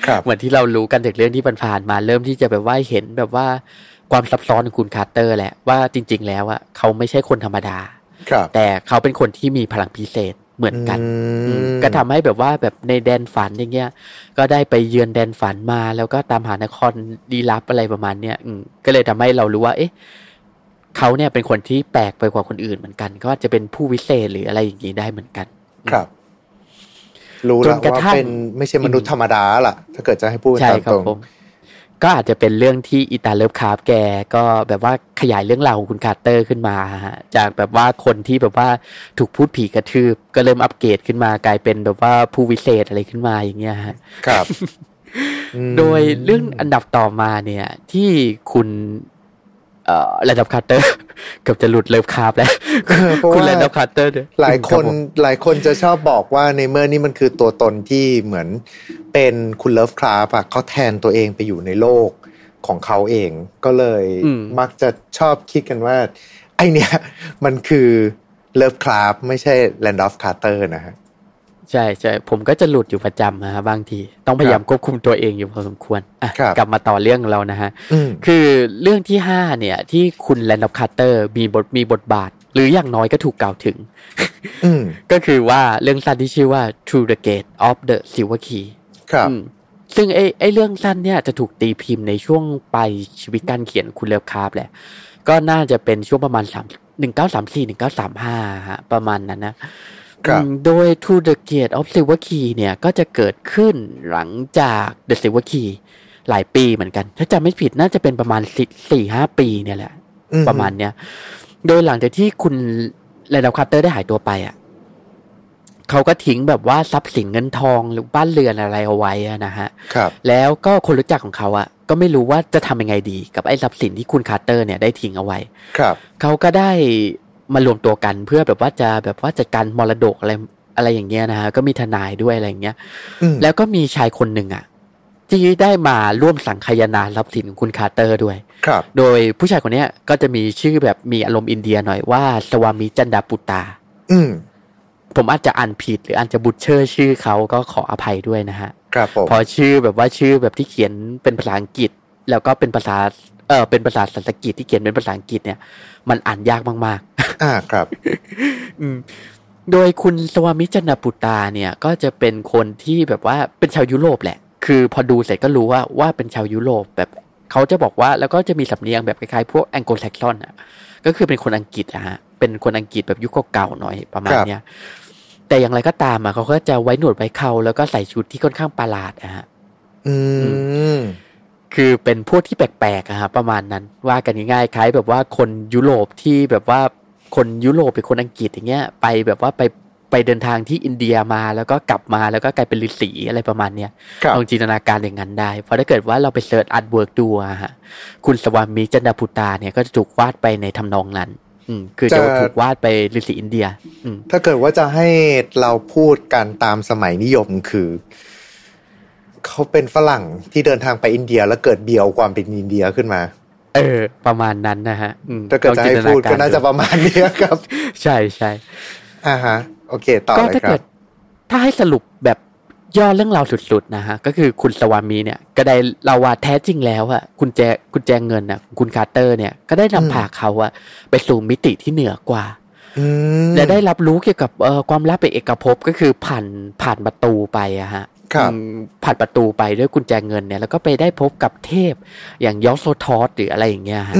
เหมือนที่เรารู้กันจากเรื่องที่ผ่านมาเริ่มที่จะแบบว่าเห็นแบบว่าความซับซ้อนของคุณคาร์เตอร์แหละว่าจริงๆแล้วอ่ะเขาไม่ใช่คนธรรมดาแต่เขาเป็นคนที่มีพลังพิเศษเหมือนกันก็ทำให้แบบว่าแบบในแดนฝันอย่างเงี้ยก็ได้ไปเยือนแดนฝันมาแล้วก็ตามหานครลี้ลับอะไรประมาณเนี้ยก็เลยทำให้เรารู้ว่าเอ๊ะเขาเนี่ยเป็นคนที่แปลกไปกว่าคนอื่นเหมือนกันก็อาจจะเป็นผู้วิเศษหรืออะไรอย่างนี้ได้เหมือนกันครับรู้แล้วว่าเป็นไม่ใช่มนุษย์ธรรมดาล่ะถ้าเกิดจะให้พูดตามตรงก็อาจจะเป็นเรื่องที่อิตาเลิฟคราฟแกก็แบบว่าขยายเรื่องราวของคุณคาร์เตอร์ขึ้นมาจากแบบว่าคนที่แบบว่าถูกพูดผีกระทืบก็เริ่มอัปเกรดขึ้นมากลายเป็นแบบว่าผู้วิเศษอะไรขึ้นมาอย่างเงี้ยฮะครับโดยเรื่องอันดับต่อมาเนี่ยที่คุณระดับคาร์เตอร์เกือบจะหลุดเลิฟคราฟแล้วคุณระดับคาร์เตอร์หลายคนจะชอบบอกว่าในเมื่อนี่มันคือตัวตนที่เหมือนเป็นคุณเลิฟคราฟอะเขาแทนตัวเองไปอยู่ในโลกของเขาเองก็เลยมักจะชอบคิดกันว่าไอเนี้ยมันคือเลิฟคราฟไม่ใช่แลนดอฟคาร์เตอร์นะฮะใช่ใช่ผมก็จะหลุดอยู่ประจำนะฮะบางทีต้องพยายามควบคุมตัวเองอยู่พอสมควรกลับมาต่อเรื่องเรานะฮะคือเรื่องที่5เนี่ยที่คุณแลนดอฟคาร์เตอร์มีบทบาทหรืออย่างน้อยก็ถูกกล่าวถึงก็คือว่าเรื่องสั้นที่ชื่อว่า Through the Gate of the Silver Key ครับซึ่งไอ้เรื่องสั้นเนี่ยจะถูกตีพิมพ์ในช่วงปลายชีวิตการเขียนคุณเลิฟคราฟแหละก็น่าจะเป็นช่วงประมาณ1934-1935ฮะประมาณนั้นนะโดย To the Gate of Silver Key เนี่ยก็จะเกิดขึ้นหลังจาก The Silver Key หลายปีเหมือนกันถ้าจำไม่ผิดน่าจะเป็นประมาณ 4-5 ปีเนี่ยแหละประมาณเนี้ยโดยหลังจากที่คุณแลนดอฟคาร์เตอร์ได้หายตัวไปอ่ะเขาก็ทิ้งแบบว่าทรัพย์สินเงินทองหรือบ้านเรือนอะไรเอาไว้นะฮะแล้วก็คนรู้จักของเขาอ่ะก็ไม่รู้ว่าจะทำยังไงดีกับไอ้ทรัพย์สินที่คุณคาร์เตอร์เนี่ยได้ทิ้งเอาไว้เขาก็ได้มารวมตัวกันเพื่อแบบว่าจัดการมรดกอะไรอย่างเงี้ยนะฮะก็มีทนายด้วยอะไรอย่างเงี้ยแล้วก็มีชายคนหนึ่งอ่ะที่ได้มาร่วมสังคายนาทรัพย์สินของคุณคาร์เตอร์ด้วยโดยผู้ชายคนนี้ก็จะมีชื่อแบบมีอารมณ์อินเดียหน่อยว่าสวามิจันดาปุตตาผมอาจจะอ่านผิดหรืออาจจะบุตเชอร์ชื่อเขาก็ขออภัยด้วยนะฮะพอชื่อแบบว่าชื่อแบบที่เขียนเป็นภาษาอังกฤษแล้วก็เป็นภาษาสันสกฤตที่เขียนเป็นภาษาอังกฤษเนี่ยมันอ่านยากมากๆครับโดยคุณสวามิจันดาปุตตาเนี่ยก็จะเป็นคนที่แบบว่าเป็นชาวยุโรปแหละคือพอดูเสร็จก็รู้ว่าเป็นชาวยุโรปแบบเขาจะบอกว่าแล้วก็จะมีสำเนียงแบบคล้ายๆพวกแองโกลแซกซอนอ่ะก็คือเป็นคนอังกฤษอะฮะเป็นคนอังกฤษแบบยุคเก่าๆหน่อยประมาณเนี้ยแต่อย่างไรก็ตามอ่ะเขาก็จะไว้หนวดไว้เคราแล้วก็ใส่ชุดที่ค่อนข้างประหลาดอะฮะคือเป็นพวกที่แปลกๆอะฮะประมาณนั้นว่ากันง่ายๆคล้ายแบบว่าคนยุโรปที่แบบว่าคนยุโรปเป็นคนอังกฤษอย่างเงี้ยไปแบบว่าไปเดินทางที่อินเดียมาแล้วก็กลับมาแล้วก็กลายเป็นฤาษีอะไรประมาณเนี้ยลองจินตนาการอย่างนั้นได้เพราะถ้าเกิดว่าเราไปเสิร์ชอาร์ตเวิร์กดูอะฮะคุณสวามิจันดาปุตตาเนี่ยก็จะถูกวาดไปในทำนองนั้นคือจะถูกวาดไปฤาษีอินเดียถ้าเกิดว่าจะให้เราพูดกันตามสมัยนิยมคือเขาเป็นฝรั่งที่เดินทางไปอินเดียแล้วเกิดเบียวความเป็นอินเดียขึ้นมาประมาณนั้นนะฮะถ้าเกิดจะให้พูดก็น่าจะประมาณนี้ครับใช่ใช่ฮะโอเคต่อเลยครับถ้าให้สรุปแบบย่อเรื่องราวสุดๆนะฮะก็คือคุณสวามีเนี่ยก็ได้เราว่าแท้จริงแล้วอะกุญแจเงินน่ะคุณคาร์เตอร์เนี่ยก็ได้นำพาเขาอะไปสู่มิติที่เหนือกว่าและได้รับรู้เกี่ยวกับความลับเอกภพก็คือผ่านประตูไปอะฮะผ่านประตูไปด้วยกุญแจเงินเนี่ยแล้วก็ไปได้พบกับเทพอย่างยอสโซทอสหรืออะไรอย่างเงี้ยฮะ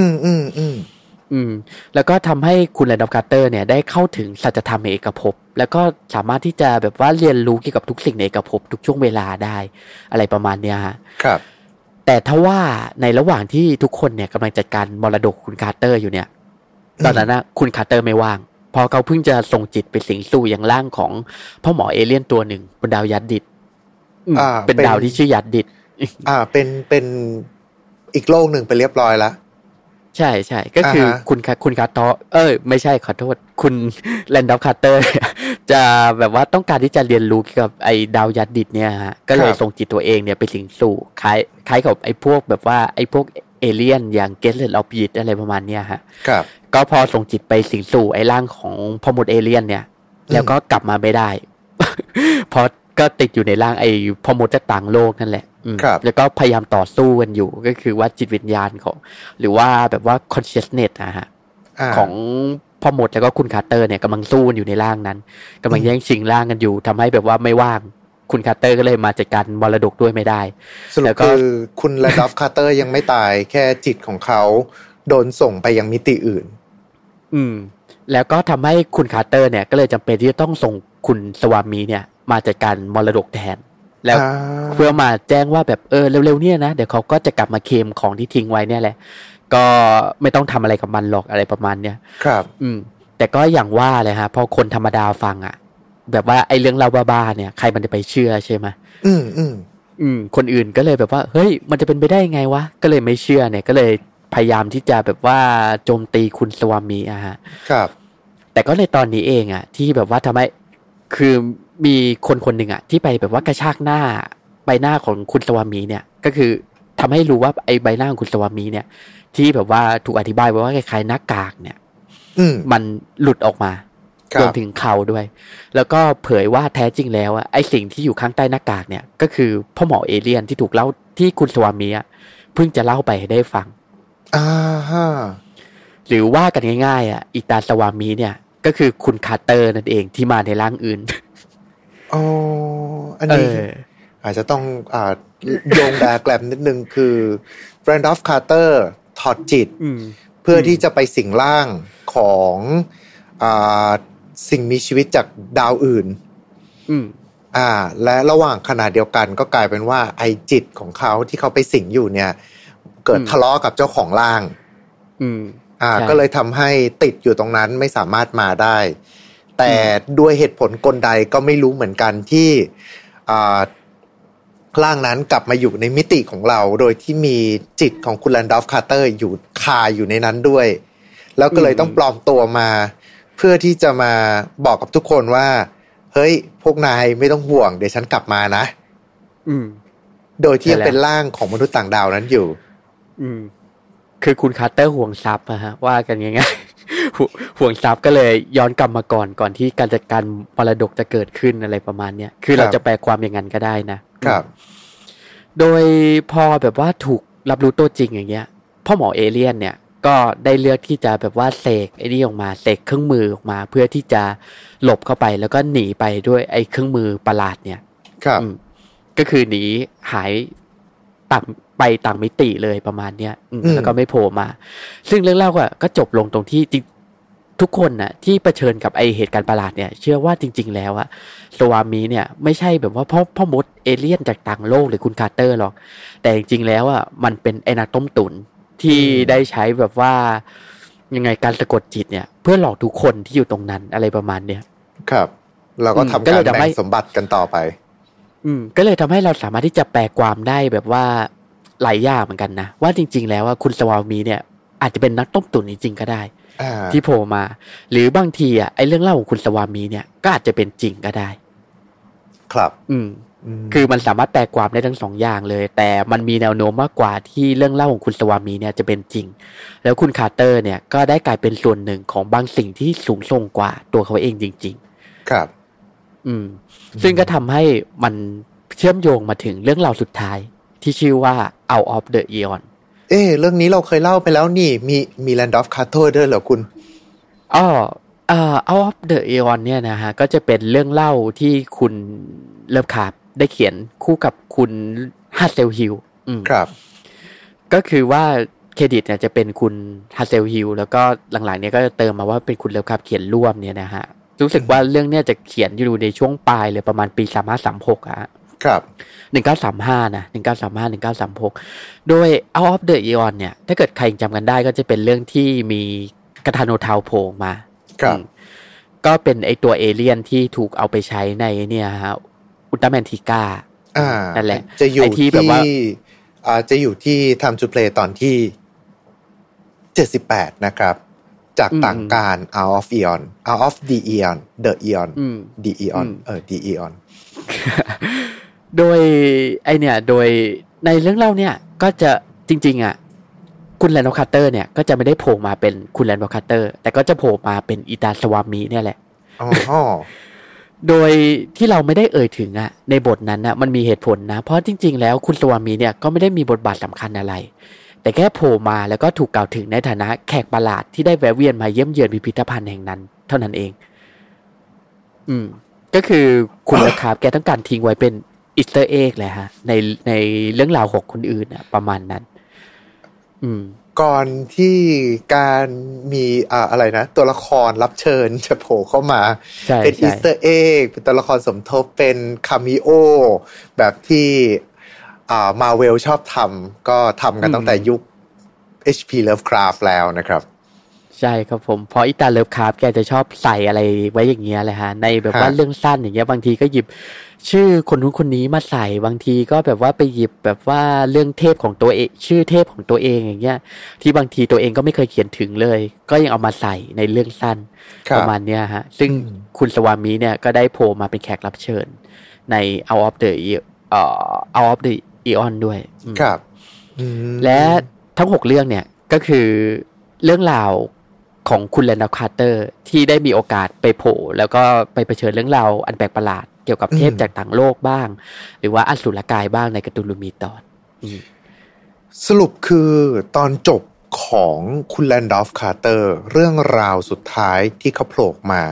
แล้วก็ทำให้คุณแลนดอฟคาร์เตอร์เนี่ยได้เข้าถึงสัจธรรมในเอกภพแล้วก็สามารถที่จะแบบว่าเรียนรู้เกี่ยวกับทุกสิ่งในเอกภพทุกช่วงเวลาได้อะไรประมาณเนี้ยฮะครับแต่ถ้าว่าในระหว่างที่ทุกคนเนี่ยกำลังจัดการมรดกคุณคาร์เตอร์อยู่เนี่ยตอนนั้นนะคุณคาร์เตอร์ไม่ว่างพอเขาเพิ่งจะส่งจิตไปสิงสู่อย่างร่างของพ่อหมอเอเลี่ยนตัวหนึ่งบนดาวยัดดิดเป็นดาวที่ชื่อยัดดิดเป็นอีกโลกหนึ่งไปเรียบร้อยแล้วใช่ใช่ก็คือคุณคาร์เตอร์ไม่ใช่ขอโทษคุณแลนดอฟคาร์เตอร์จะแบบว่าต้องการที่จะเรียนรู้เกี่ยวกับไอ้ดาวยัดดิดเนี่ยฮะก็เลยส่งจิตตัวเองเนี่ยไปสิงสู่คล้ายกับไอ้พวกแบบว่าไอ้พวกเอเลี่ยนอย่างเกสเลตออฟยิดอะไรประมาณเนี้ยฮะก็พอส่งจิตไปสิงสู่ไอ้ร่างของพ่อมดเอเลี่ยนเนี่ยแล้วก็กลับมาไม่ได้ก็ติดอยู่ในร่างไอ้พ่อมดจากต่างโลกนั่นแหละแล้วก็พยายามต่อสู้กันอยู่ก็คือว่าจิตวิญญาณของหรือว่าแบบว่า consciousness นะฮะของพ่อมดแล้วก็คุณคาร์เตอร์เนี่ยกำลังสู้กันอยู่ในร่างนั้นกำลังแย่งชิงร่างกันอยู่ทำให้แบบว่าไม่ว่างคุณคาร์เตอร์ก็เลยมาจัดการมรดกด้วยไม่ได้สรุปคือคุณแรนดอล์ฟคาร์เตอร์ยังไม่ตายแค่จิตของเขาโดนส่งไปยังมิติอื่นแล้วก็ทำให้คุณคาร์เตอร์เนี่ยก็เลยจำเป็นที่จะต้องส่งคุณสวามีเนี่ยมาจัดการมรดกแทนแล้วเพื่อมาแจ้งว่าแบบเร็วๆเนี่ยนะเดี๋ยวเขาก็จะกลับมาเคลมของที่ทิ้งไว้เนี่ยแหละก็ไม่ต้องทำอะไรกับมันหรอกอะไรประมาณเนี้ยครับแต่ก็อย่างว่าเลยฮะพอคนธรรมดาฟังอ่ะแบบว่าไอ้เรื่องเล่าบ้าๆเนี่ยใครมันจะไปเชื่อใช่ไหมคนอื่นก็เลยแบบว่าเฮ้ยมันจะเป็นไปได้ไงวะก็เลยไม่เชื่อเนี่ยก็เลยพยายามที่จะแบบว่าโจมตีคุณสวามีฮะครับแต่ก็ในตอนนี้เองอ่ะที่แบบว่าทำให้คือมีคนหนึ่งอ่ะที่ไปแบบว่ากระชากหน้าใบหน้าของคุณสวามีเนี่ยก็คือทำให้รู้ว่าไอ้ใบหน้าของคุณสวามีเนี่ยที่แบบว่าถูกอธิบายไว้ว่าคล้ายๆหน้ากากเนี่ยมันหลุดออกมารวมถึงเข่าด้วยแล้วก็เผยว่าแท้จริงแล้วอ่ะไอ้สิ่งที่อยู่ข้างใต้หน้ากากเนี่ยก็คือพ่อหมอเอเลี่ยนที่ถูกเล่าที่คุณสวามีอ่ะเพิ่งจะเล่าไปให้ได้ฟังหรือว่ากันง่ายๆอ่ะอีตาสวามีเนี่ยก็คือคุณคาร์เตอร์นั่นเองที่มาในร่างอื่นอันนี้อาจจะต้องโยงแดแกลมนิดนึงคือแรนดอล์ฟคาร์เตอร์ถอดจิตเพื่อที่จะไปสิงร่างของสิ่งมีชีวิตจากดาวอื่นและระหว่างขณะเดียวกันก็กลายเป็นว่าไอจิตของเขาที่เขาไปสิงอยู่เนี่ยเกิดทะเลาะกับเจ้าของร่างก็เลยทำให้ติดอยู่ตรงนั้นไม่สามารถมาได้แต่ด้วยเหตุผลกลใดก็ไม่รู้เหมือนกันที่ร่างนั้นกลับมาอยู่ในมิติของเราโดยที่มีจิตของคุณแรนดอล์ฟคาร์เตอร์อยู่คาอยู่ในนั้นด้วยแล้วก็เลยต้องปลอมตัวมาเพื่อที่จะมาบอกกับทุกคนว่าเฮ้ยพวกนายไม่ต้องห่วงเดี๋ยวฉันกลับมานะโดยที่ยังเป็นร่างของมนุษย์ต่างดาวนั้นอยู่คือคุณคาร์เตอร์ห่วงทรัพย์อะฮะว่ากันง่ายๆห่วงทรัพย์ก็เลยย้อนกลับมาก่อนที่การจัดการมรดกจะเกิดขึ้นอะไรประมาณเนี้ยคือเราจะแปลความอย่างนั้นก็ได้นะครับโดยพอแบบว่าถูกรับรู้ตัวจริงอย่างเงี้ยพ่อหมอเอเลี่ยนเนี่ยก็ได้เลือกที่จะแบบว่าเสกไอ้นี่ออกมาเสกเครื่องมือออกมาเพื่อที่จะหลบเข้าไปแล้วก็หนีไปด้วยไอ้เครื่องมือประหลาดเนี่ยครับก็คือหนีหายไปต่างมิติเลยประมาณเนี้ยแล้วก็ไม่โผล่มาซึ่งเรื่องเล่าก็จบลงตรงที่ทุกคนน่ะที่เผชิญกับไอเหตุการณ์ประหลาดเนี่ยเชื่อว่าจริงๆแล้วอะสวามีเนี่ยไม่ใช่แบบว่าพ่อมดเอเลี่ยนจากต่างโลกหรือคุณคาร์เตอร์หรอกแต่จริงๆแล้วอะมันเป็นไอ้นักต้มตุ๋นที่ได้ใช้แบบว่ายังไงการสะกดจิตเนี่ยเพื่อหลอกทุกคนที่อยู่ตรงนั้นอะไรประมาณเนี้ยครับเราก็ทำการแบ่งสมบัติกันต่อไปก็เลยทำให้เราสามารถที่จะแปลความได้แบบว่าหลายอย่างเหมือนกันนะว่าจริงๆแล้วว่าคุณสวามีเนี่ยอาจจะเป็นนักต้มตุ๋นจริงๆก็ได้ที่โผล่มาหรือบางทีไอ้เรื่องเล่าของคุณสวามีเนี่ยก็อาจจะเป็นจริงก็ได้ครับคือมันสามารถแปลความได้ทั้งสองอย่างเลยแต่มันมีแนวโน้มมากกว่าที่เรื่องเล่าของคุณสวามีเนี่ยจะเป็นจริงแล้วคุณคาร์เตอร์เนี่ยก็ได้กลายเป็นส่วนหนึ่งของบางสิ่งที่สูงส่งกว่าตัวเขาเองจริงๆครับซึ่งก็ทำให้มันเชื่อมโยงมาถึงเรื่องราวสุดท้ายที่ชื่อว่า Out of the Eon เรื่องนี้เราเคยเล่าไปแล้วนี่มีแลนดอล์ฟคาร์เตอร์ด้วยเหรอคุณ Out of the Eon เนี่ยนะฮะก็จะเป็นเรื่องเล่าที่คุณเลิฟคาร์ได้เขียนคู่กับคุณฮัสเซลฮิลครับก็คือว่าเครดิตเนี่ยจะเป็นคุณฮัสเซลฮิลแล้วก็หลังๆเนี่ยก็จะเติมมาว่าเป็นคุณเลิฟคาร์เขียนร่วมเนี่ยนะฮะรู้สึกว่าเรื่องเนี้ยจะเขียนอยู่ในช่วงปลายเลยประมาณปี3536อ่ะครับ 1935นะ1935 1936โดย Out of the Eon เนี่ยถ้าเกิดใครจำกันได้ก็จะเป็นเรื่องที่มีกระทาโนทาวโผล่มาครับก็เป็นไอตัวเอเลี่ยนที่ถูกเอาไปใช้ในเนี่ยฮะอุลตร้าแมนทิก้านั่นแหละจะอยู่ที่แบบว่าจะอยู่ที่ Time to Play ตอนที่78นะครับจากต่างการ Out of Eon Out of the Eon the Eon the Eon the Eon โดยไอเนี่ยโดยในเรื่องเล่าเนี่ยก็จะจริงๆอ่ะคุณแรนดอล์ฟคาร์เตอร์เนี่ยก็จะไม่ได้โผล่มาเป็นคุณแรนดอล์ฟคาร์เตอร์แต่ก็จะโผล่มาเป็นอีตาสวามีเนี่ยแหละโดยที่เราไม่ได้เอ่ยถึงในบทนั้นมันมีเหตุผลนะเพราะจริงๆแล้วคุณสวามีเนี่ยก็ไม่ได้มีบทบาทสำคัญอะไรแต่แค่โผล่มาแล้วก็ถูกกล่าวถึงในฐานะแขกประหลาดที่ได้แวะเวียนมาเยี่ยมเยือนพิพิธภัณฑ์แห่งนั้นเท่านั้นเองก็คือคุณเลิฟคราฟต์แกต้องการทิ้งไว้เป็นอีสเตอร์เอ็กแหละฮะในเรื่องราวของคนอื่นประมาณนั้นก่อนที่การมีอะไรนะตัวละครรับเชิญจะโผล่เข้ามาเป็นอีสเตอร์เอ็กเป็นตัวละครสมทบเป็นคาเมโอแบบที่Marvel ชอบทำก็ทำกันตั้งแต่ยุค HP Lovecraft แล้วนะครับใช่ครับผมเพราะอิตาเลิฟคราฟต์แกจะชอบใส่อะไรไว้อย่างเงี้ยเลยฮะในแบบว่าเรื่องสั้นอย่างเงี้ยบางทีก็หยิบชื่อคนนู้นคนนี้มาใส่บางทีก็แบบว่าไปหยิบแบบว่าเรื่องเทพของตัวเองชื่อเทพของตัวเองอย่างเงี้ยที่บางทีตัวเองก็ไม่เคยเขียนถึงเลยก็ยังเอามาใส่ในเรื่องสั้นประมาณเนี้ยฮะซึ่งคุณสวามีเนี่ยก็ได้โผล่มาเป็นแขกรับเชิญใน Out of the Eon ด้วยครับและทั้ง6เรื่องเนี่ยก็คือเรื่องราวของคุณแลนดอร์คาร์เตอร์ที่ได้มีโอกาสไปโผล่แล้วก็ไปเผชิญเรื่องราวอันแปลกประหลาดเกี่ยวกับเทพจากต่างโลกบ้างหรือว่าอสุรกายบ้างในการ์ตูนลูมีตอนสรุปคือตอนจบของคุณแลนดอร์คาร์เตอร์เรื่องราวสุดท้ายที่เขาโผล่มา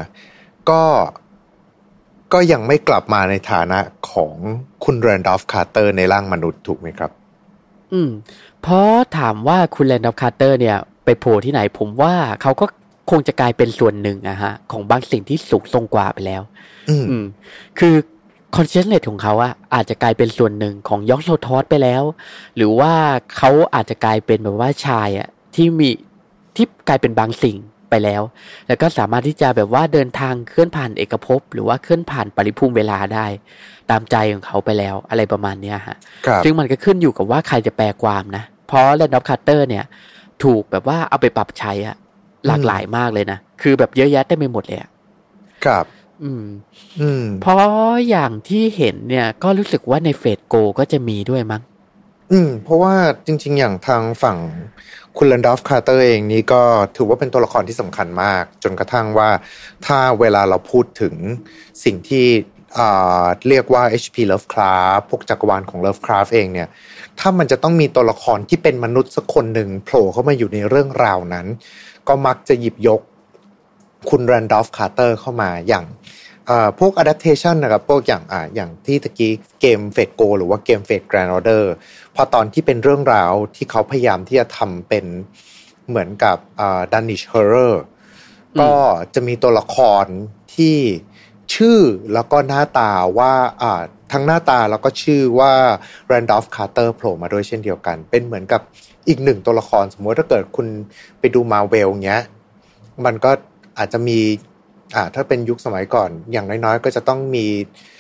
ก็ยังไม่กลับมาในฐานะของคุณแลนดอร์คาร์เตอร์ในร่างมนุษย์ถูกไหมครับเพราะถามว่าคุณแลนดอร์คาร์เตอร์เนี่ยไปโผล่ที่ไหนผมว่าเขาก็คงจะกลายเป็นส่วนหนึ่งของบางสิ่งที่สูงส่งกว่าไปแล้วคือคอนเชสเนสของเขาอาจจะกลายเป็นส่วนหนึ่งของยอกโซทอสไปแล้วหรือว่าเขาอาจจะกลายเป็นแบบว่าชายที่กลายเป็นบางสิ่งไปแล้วแล้วก็สามารถที่จะแบบว่าเดินทางเคลื่อนผ่านเอกภพหรือว่าเคลื่อนผ่านปริภูมิเวลาได้ตามใจของเขาไปแล้วอะไรประมาณนี้ฮะซึ่งมันก็ขึ้นอยู่กับว่าใครจะแปลความนะเพราะแลนดอร์คาร์เตอร์เนี่ยถูกแบบว่าเอาไปปรับใช้หลากหลายมากเลยนะคือแบบเยอะแยะเต็มไปหมดเลยครับเพราะอย่างที่เห็นเนี่ยก็รู้สึกว่าในเฟสโกก็จะมีด้วยมั้งเพราะว่าจริงๆอย่างทางฝั่งคุณแลนดอร์คาร์เตอร์เองนี่ก็ถือว่าเป็นตัวละครที่สำคัญมากจนกระทั่งว่าถ้าเวลาเราพูดถึงสิ่งที่เรียกว่า HP Lovecraft พวกจักรวาลของ Lovecraft เองเนี่ยถ้ามันจะต้องมีตัวละครที่เป็นมนุษย์สักคนหนึ่งโผล่เข้ามาอยู่ในเรื่องราวนั้นก็มักจะหยิบยกคุณแรนดอล์ฟคาร์เตอร์เข้ามาอย่างพวก adaptation นะครับพวกอย่างที่ตะกี้เกม Fate Go หรือว่าเกม Fate Grand Order พอตอนที่เป็นเรื่องราวที่เขาพยายามที่จะทำเป็นเหมือนกับDanish Horror ก็จะมีตัวละครที่ชื่อแล้วก็หน้าตาว่าทั้งหน้าตาแล้วก็ชื่อว่า Randolph Carter โผล่มาด้วยเช่นเดียวกันเป็นเหมือนกับอีกหนึ่งตัวละครสมมติถ้าเกิดคุณไปดู Marvel เงี้ยมันก็อาจจะมีถ้าเป็นยุคสมัยก่อนอย่างน้อยๆก็จะต้องมี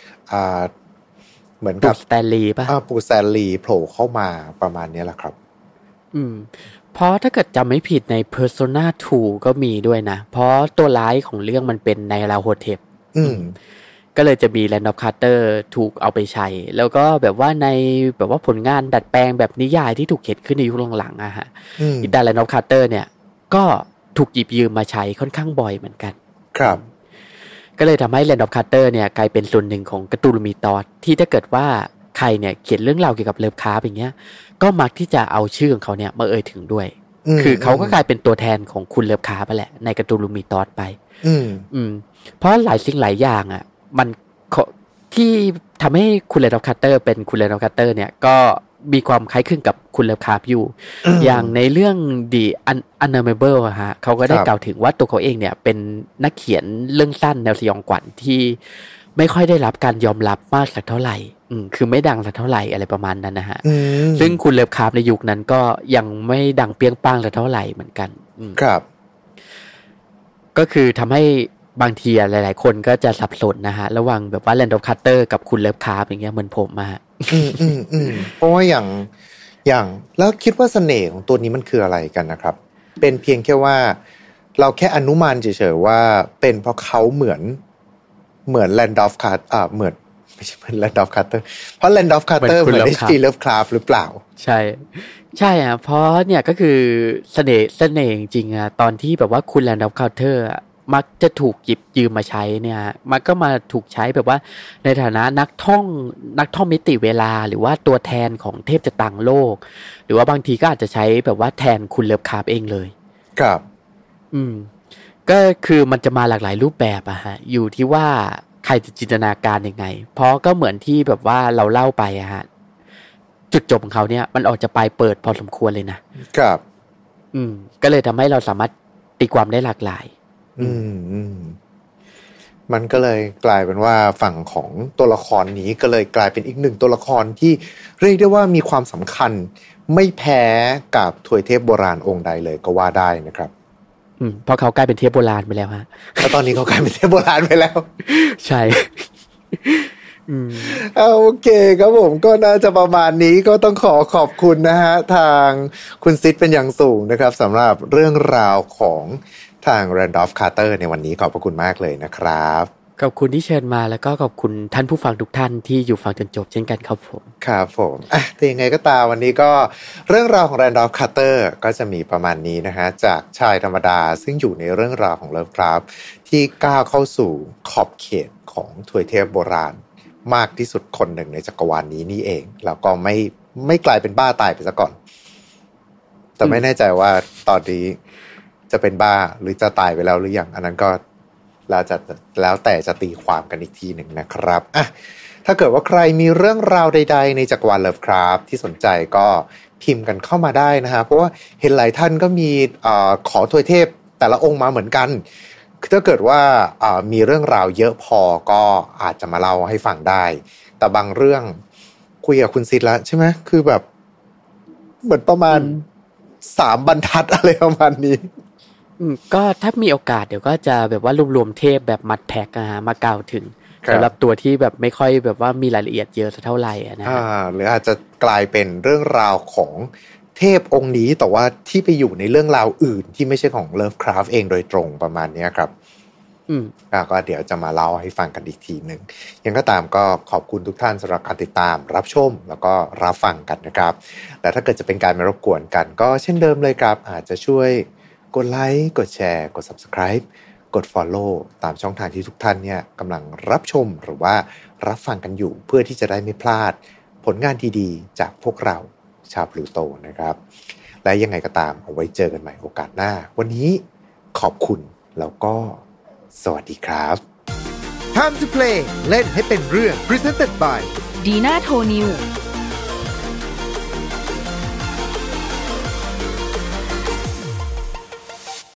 เหมือนกับสแตนลีย์ป่ะปูสแตนลีย์โผล่เข้ามาประมาณนี้แหละครับเพราะถ้าเกิดจำไม่ผิดใน Persona 2 ก็มีด้วยนะเพราะตัวร้ายของเรื่องมันเป็นไนราโฮเทปก็เลยจะมีแลนดอร์คาร์เตอร์ถูกเอาไปใช้แล้วก็แบบว่าในแบบว่าผลงานดัดแปลงแบบนิยายที่ถูกเขียนขึ้นในยุคหลังๆฮะอิตาแลนดอร์คาร์เตอร์เนี่ยก็ถูกหยิบยืมมาใช้ค่อนข้างบ่อยเหมือนกันครับก็เลยทำให้แลนดอร์คาร์เตอร์เนี่ยกลายเป็นส่วนหนึ่งของการ์ตูนลูมีตอสที่ถ้าเกิดว่าใครเนี่ยเขียนเรื่องราวเกี่ยวกับเลิฟคราฟต์อย่างเงี้ยก็มักที่จะเอาชื่อของเขาเนี่ยมาเอ่ยถึงด้วยคือเขาก็กลายเป็นตัวแทนของคุณเลิฟคราฟต์ไปแหละในการ์ตูนลูมีตอสไปเพราะหลายสิ่งหลายอย่างมันที่ทำให้คุณแลนดอร์คาร์เตอร์เป็นคุณแลนดอร์คาร์เตอร์เนี่ยก็มีความคล้ายคลึงกับคุณเลิฟคราฟต์อยู่ อย่างในเรื่อง The Unnameable เขาก็ได้กล่าวถึงว่าตัวเขาเองเนี่ยเป็นนักเขียนเรื่องสั้นแนวสยองขวัญที่ไม่ค่อยได้รับการยอมรับมากสักเท่าไหร่คือไม่ดังสักเท่าไหร่อะไรประมาณนั้นนะฮะซึ่งคุณเลิฟคราฟต์ในยุคนั้นก็ยังไม่ดังเปรี้ยงป้างสักเท่าไหร่เหมือนกันครับก็คือทำให้บางทีหลายๆคนก็จะสับสนนะฮะระหว่างแบบว่าแลนดอร์คาร์เตอร์กับคุณเลิฟคราฟต์อย่างเงี้ยเหมือนผมเพราะว่าอย่างแล้วคิดว่าเสน่ห์ของตัวนี้มันคืออะไรกันนะครับเป็นเพียงแค่ว่าเราแค่อนุมานเฉยๆว่าเป็นเพราะเขาเหมือนแลนดอร์คาร์เหมือนไม่ใช่เหมือนแลนดอร์คาร์เตอร์เพราะแลนดอร์คาร์เตอร์เหมือน HP Lovecraft หรือเปล่าใช่เพราะเนี่ยก็คือเสน่ห์จริงๆตอนที่แบบว่าคุณแลนดอร์คาร์เตอร์มักจะถูกหยิบยืมมาใช้เนี่ยมันก็มาถูกใช้แบบว่าในฐานะนักท่องมิติเวลาหรือว่าตัวแทนของเทพจากต่างโลกหรือว่าบางทีก็อาจจะใช้แบบว่าแทนคุณเลิฟคราฟเองเลยครับก็คือมันจะมาหลากหลายรูปแบบอะฮะอยู่ที่ว่าใครจะจินตนาการยังไงเพราะก็เหมือนที่แบบว่าเราเล่าไปอะฮะจุดจบของเขาเนี่ยมันออกจะปลายเปิดพอสมควรเลยนะครับก็เลยทำให้เราสามารถตีความได้หลากหลายมันก็เลยกลายเป็นว่าฝั่งของตัวละครนี้ก็เลยกลายเป็นอีกหนึ่งตัวละครที่เรียกได้ว่ามีความสำคัญไม่แพ้กับทวยเทพโบราณองค์ใดเลยก็ว่าได้นะครับเพราะเขากลายเป็นเทพโบราณไปแล้วฮะแล้วตอนนี้เขากลายเป็นเทพโบราณไปแล้วใช่โอเคครับผมก็น่าจะประมาณนี้ก็ต้องขอบคุณนะฮะทางคุณซิดเป็นอย่างสูงนะครับสำหรับเรื่องราวของทาง Randolph Carter ในวันนี้ขอบพระคุณมากเลยนะครับขอบคุณที่เชิญมาแล้วก็ขอบคุณท่านผู้ฟังทุกท่านที่อยู่ฟังจนจบเช่นกันครับผมครับผมแต่ยังไงก็ตามวันนี้ก็เรื่องราวของ Randolph Carter ก็จะมีประมาณนี้นะฮะจากชายธรรมดาซึ่งอยู่ในเรื่องราวของ Lovecraft ที่ก้าวเข้าสู่ขอบเขตของทวยเทพโบราณมากที่สุดคนหนึ่งในจักรวาลนี้นี่เองแล้วก็ไม่กลายเป็นบ้าตายไปซะก่อนแต่ไม่แน่ใจว่าตอนนี้จะเป็นบ้าหรือจะตายไปแล้วหรือยังอันนั้นก็แล้วแต่จะตีความกันอีกทีหนึ่งนะครับถ้าเกิดว่าใครมีเรื่องราวใดๆในจักรวาล Lovecraft ที่สนใจก็พิมพ์กันเข้ามาได้นะฮะเพราะว่าเห็นหลายท่านก็มีขอทวยเทพแต่ละองค์มาเหมือนกันถ้าเกิดว่ามีเรื่องราวเยอะพอก็อาจจะมาเล่าให้ฟังได้แต่บางเรื่องคุยกับคุณซิดแล้วใช่ไหมคือแบบเหมือนประมาณ3 บรรทัดอะไรประมาณนี้ก็ถ้ามีโอกาสเดี๋ยวก็จะแบบว่ารวมเทพแบบมัดแพ็กมากล่าวถึงสำหรับตัวที่แบบไม่ค่อยแบบว่ามีรายละเอียดเยอะสักเท่าไหร่นะหรืออาจจะกลายเป็นเรื่องราวของเทพองค์นี้แต่ว่าที่ไปอยู่ในเรื่องราวอื่นที่ไม่ใช่ของ Lovecraft เองโดยตรงประมาณนี้ครับก็เดี๋ยวจะมาเล่าให้ฟังกันอีกทีหนึ่งยังก็ตามก็ขอบคุณทุกท่านสำหรับการติดตามรับชมแล้วก็รับฟังกันนะครับและถ้าเกิดจะเป็นการไม่รบกวนกันก็เช่นเดิมเลยครับอาจจะช่วยกดไลค์กดแชร์กด Subscribe กด Follow ตามช่องทางที่ทุกท่านเนี่ยกำลังรับชมหรือว่ารับฟังกันอยู่เพื่อที่จะได้ไม่พลาดผลงานดีๆจากพวกเราชาวพลูโตนะครับและยังไงก็ตามเอาไว้เจอกันใหม่โอกาสหน้าวันนี้ขอบคุณแล้วก็สวัสดีครับ Time to play เล่นให้เป็นเรื่อง Presented by Dina Toniu